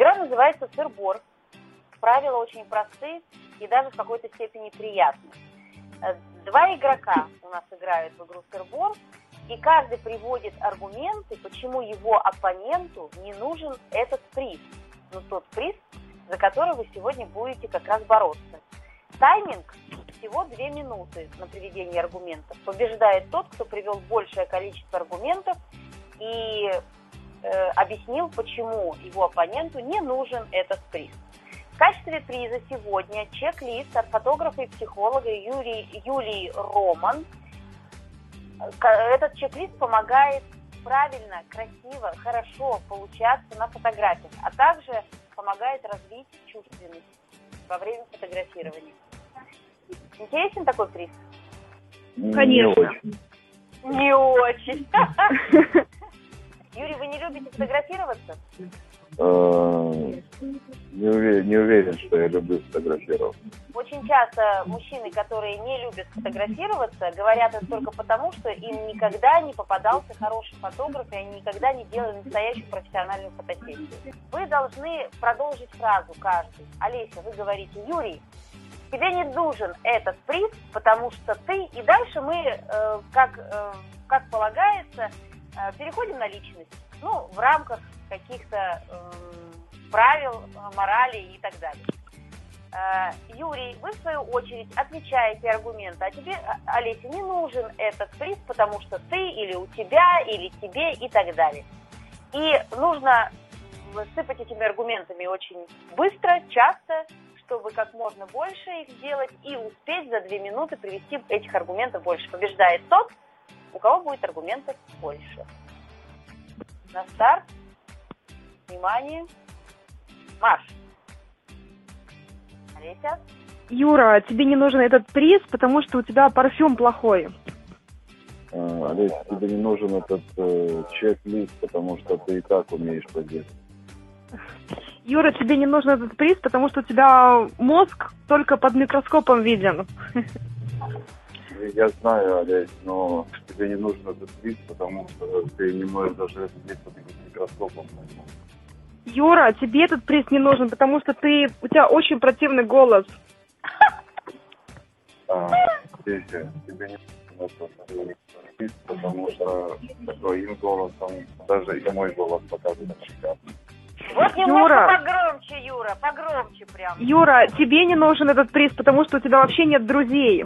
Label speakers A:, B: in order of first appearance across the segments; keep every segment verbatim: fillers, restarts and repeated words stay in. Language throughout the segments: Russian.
A: Игра называется «Сыр-бор». Правила очень простые и даже в какой-то степени приятные. Два игрока у нас играют в игру «Сыр-бор», и каждый приводит аргументы, почему его оппоненту не нужен этот приз. Ну, тот приз, за который вы сегодня будете как раз бороться. Тайминг всего две минуты на приведение аргументов. Побеждает тот, кто привел большее количество аргументов и э, объяснил, почему его оппоненту не нужен этот приз. В качестве приза сегодня чек-лист от фотографа и психолога Юрий, Юлии Роман. Этот чек-лист помогает правильно, красиво, хорошо получаться на фотографиях, а также помогает развить чувственность во время фотографирования. Интересен такой приз?
B: Конечно.
A: Не очень. Юрий, вы не любите фотографироваться?
B: Не уверен, не уверен, что я люблю фотографироваться.
A: Очень часто мужчины, которые не любят фотографироваться, говорят это только потому, что им никогда не попадался хороший фотограф, и они никогда не делали настоящую профессиональную фотосессию. Вы должны продолжить фразу каждый. Олеся, вы говорите: Юрий, тебе не нужен этот приз, потому что ты... И дальше мы, э, как, э, как полагается, э, переходим на личность. Ну, в рамках каких-то э, правил, морали и так далее. Э, Юрий, вы в свою очередь отвечаете аргументы, а тебе, Олеся, не нужен этот приз, потому что ты или у тебя, или тебе и так далее. И нужно сыпать этими аргументами очень быстро, часто, чтобы как можно больше их сделать и успеть за две минуты привести этих аргументов больше. Побеждает тот, у кого будет аргументов больше. На старт. Внимание. Марш. Олеся.
C: Юра, тебе не нужен этот приз, потому что у тебя парфюм плохой.
B: А, Олеся, тебе не нужен этот э, чек-лист, потому что ты и так умеешь ходить.
C: Юра, тебе не нужен этот приз, потому что у тебя мозг только под микроскопом виден.
B: Я знаю, Олесь, но тебе не нужен этот приз, потому что ты не можешь даже сидеть под микроскопом.
C: Юра, тебе этот приз не нужен, потому что ты, у тебя очень противный голос.
B: А, Олеся, тебе не нужен этот приз, потому что с твоим голосом даже и мой голос показывает шикарно.
A: Вот немножко погромче, Юра, погромче прям.
C: Юра, тебе не нужен этот приз, потому что у тебя вообще нет друзей.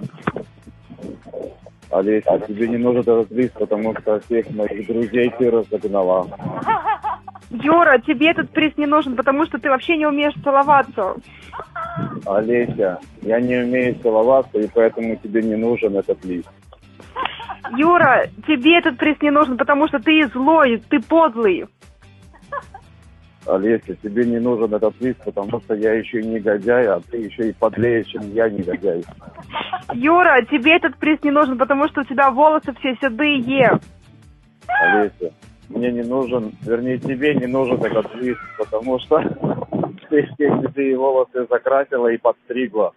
B: Олеся, тебе не нужен этот приз, потому что всех моих друзей ты разогнала.
C: Юра, тебе этот приз не нужен, потому что ты вообще не умеешь целоваться.
B: Олеся, я не умею целоваться, и поэтому тебе не нужен этот лист.
C: Юра, тебе этот приз не нужен, потому что ты злой, ты подлый.
B: Олеся, тебе не нужен этот приз, потому что я еще и негодяй, а ты еще и подлее, чем я негодяй.
C: Юра, тебе этот приз не нужен, потому что у тебя волосы все седые.
B: Олеся, мне не нужен, вернее, тебе не нужен этот приз, потому что ты все седые волосы закрасила и подстригла.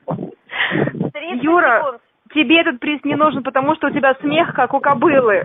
C: Юра, тебе этот приз не нужен, потому что у тебя смех, как у кобылы.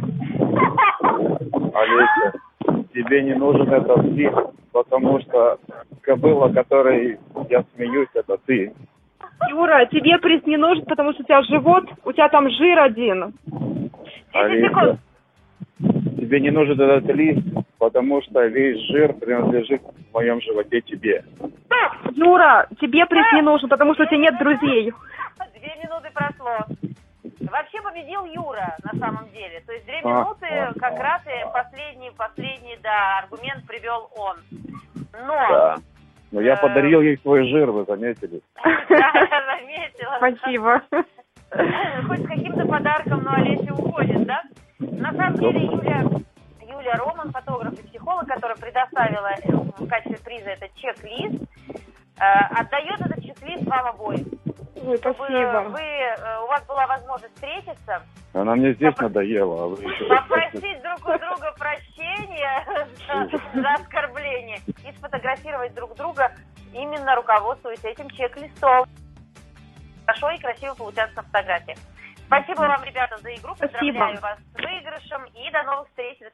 B: Олеся, тебе не нужен этот приз, потому что кобыла, которой я смеюсь, это ты.
C: Юра, тебе приз не нужен, потому что у тебя живот, у тебя там жир один.
B: Олеся, тебе не нужен этот лист, потому что весь жир принадлежит в моем животе тебе.
C: Юра, тебе приз не нужен, потому что у тебя нет друзей.
A: Две минуты прошло. Вообще победил Юра, на самом деле. То есть две минуты как раз и последний, последний, да, аргумент привел он. Но...
B: Да. Но я подарил ей свой жир, вы заметили?
A: Да, я заметила.
C: Спасибо.
A: Хоть с каким-то подарком, но Олеся уходит, да? На самом деле Юля, Юлия Роман, фотограф и психолог, которая предоставила в качестве приза этот чек-лист, отдает этот чек-лист вам обоим.
C: Ой, спасибо.
A: Вы, у вас была возможность встретиться.
B: Она мне здесь Поп... надоела. А вы еще
A: попросить друг у друга прощения за оскорбление и сфотографировать друг друга, именно руководствуясь этим чек-листом. Хорошо и красиво получаться на фотографиях. Спасибо вам, ребята, за игру. Поздравляю вас с выигрышем и до новых встреч.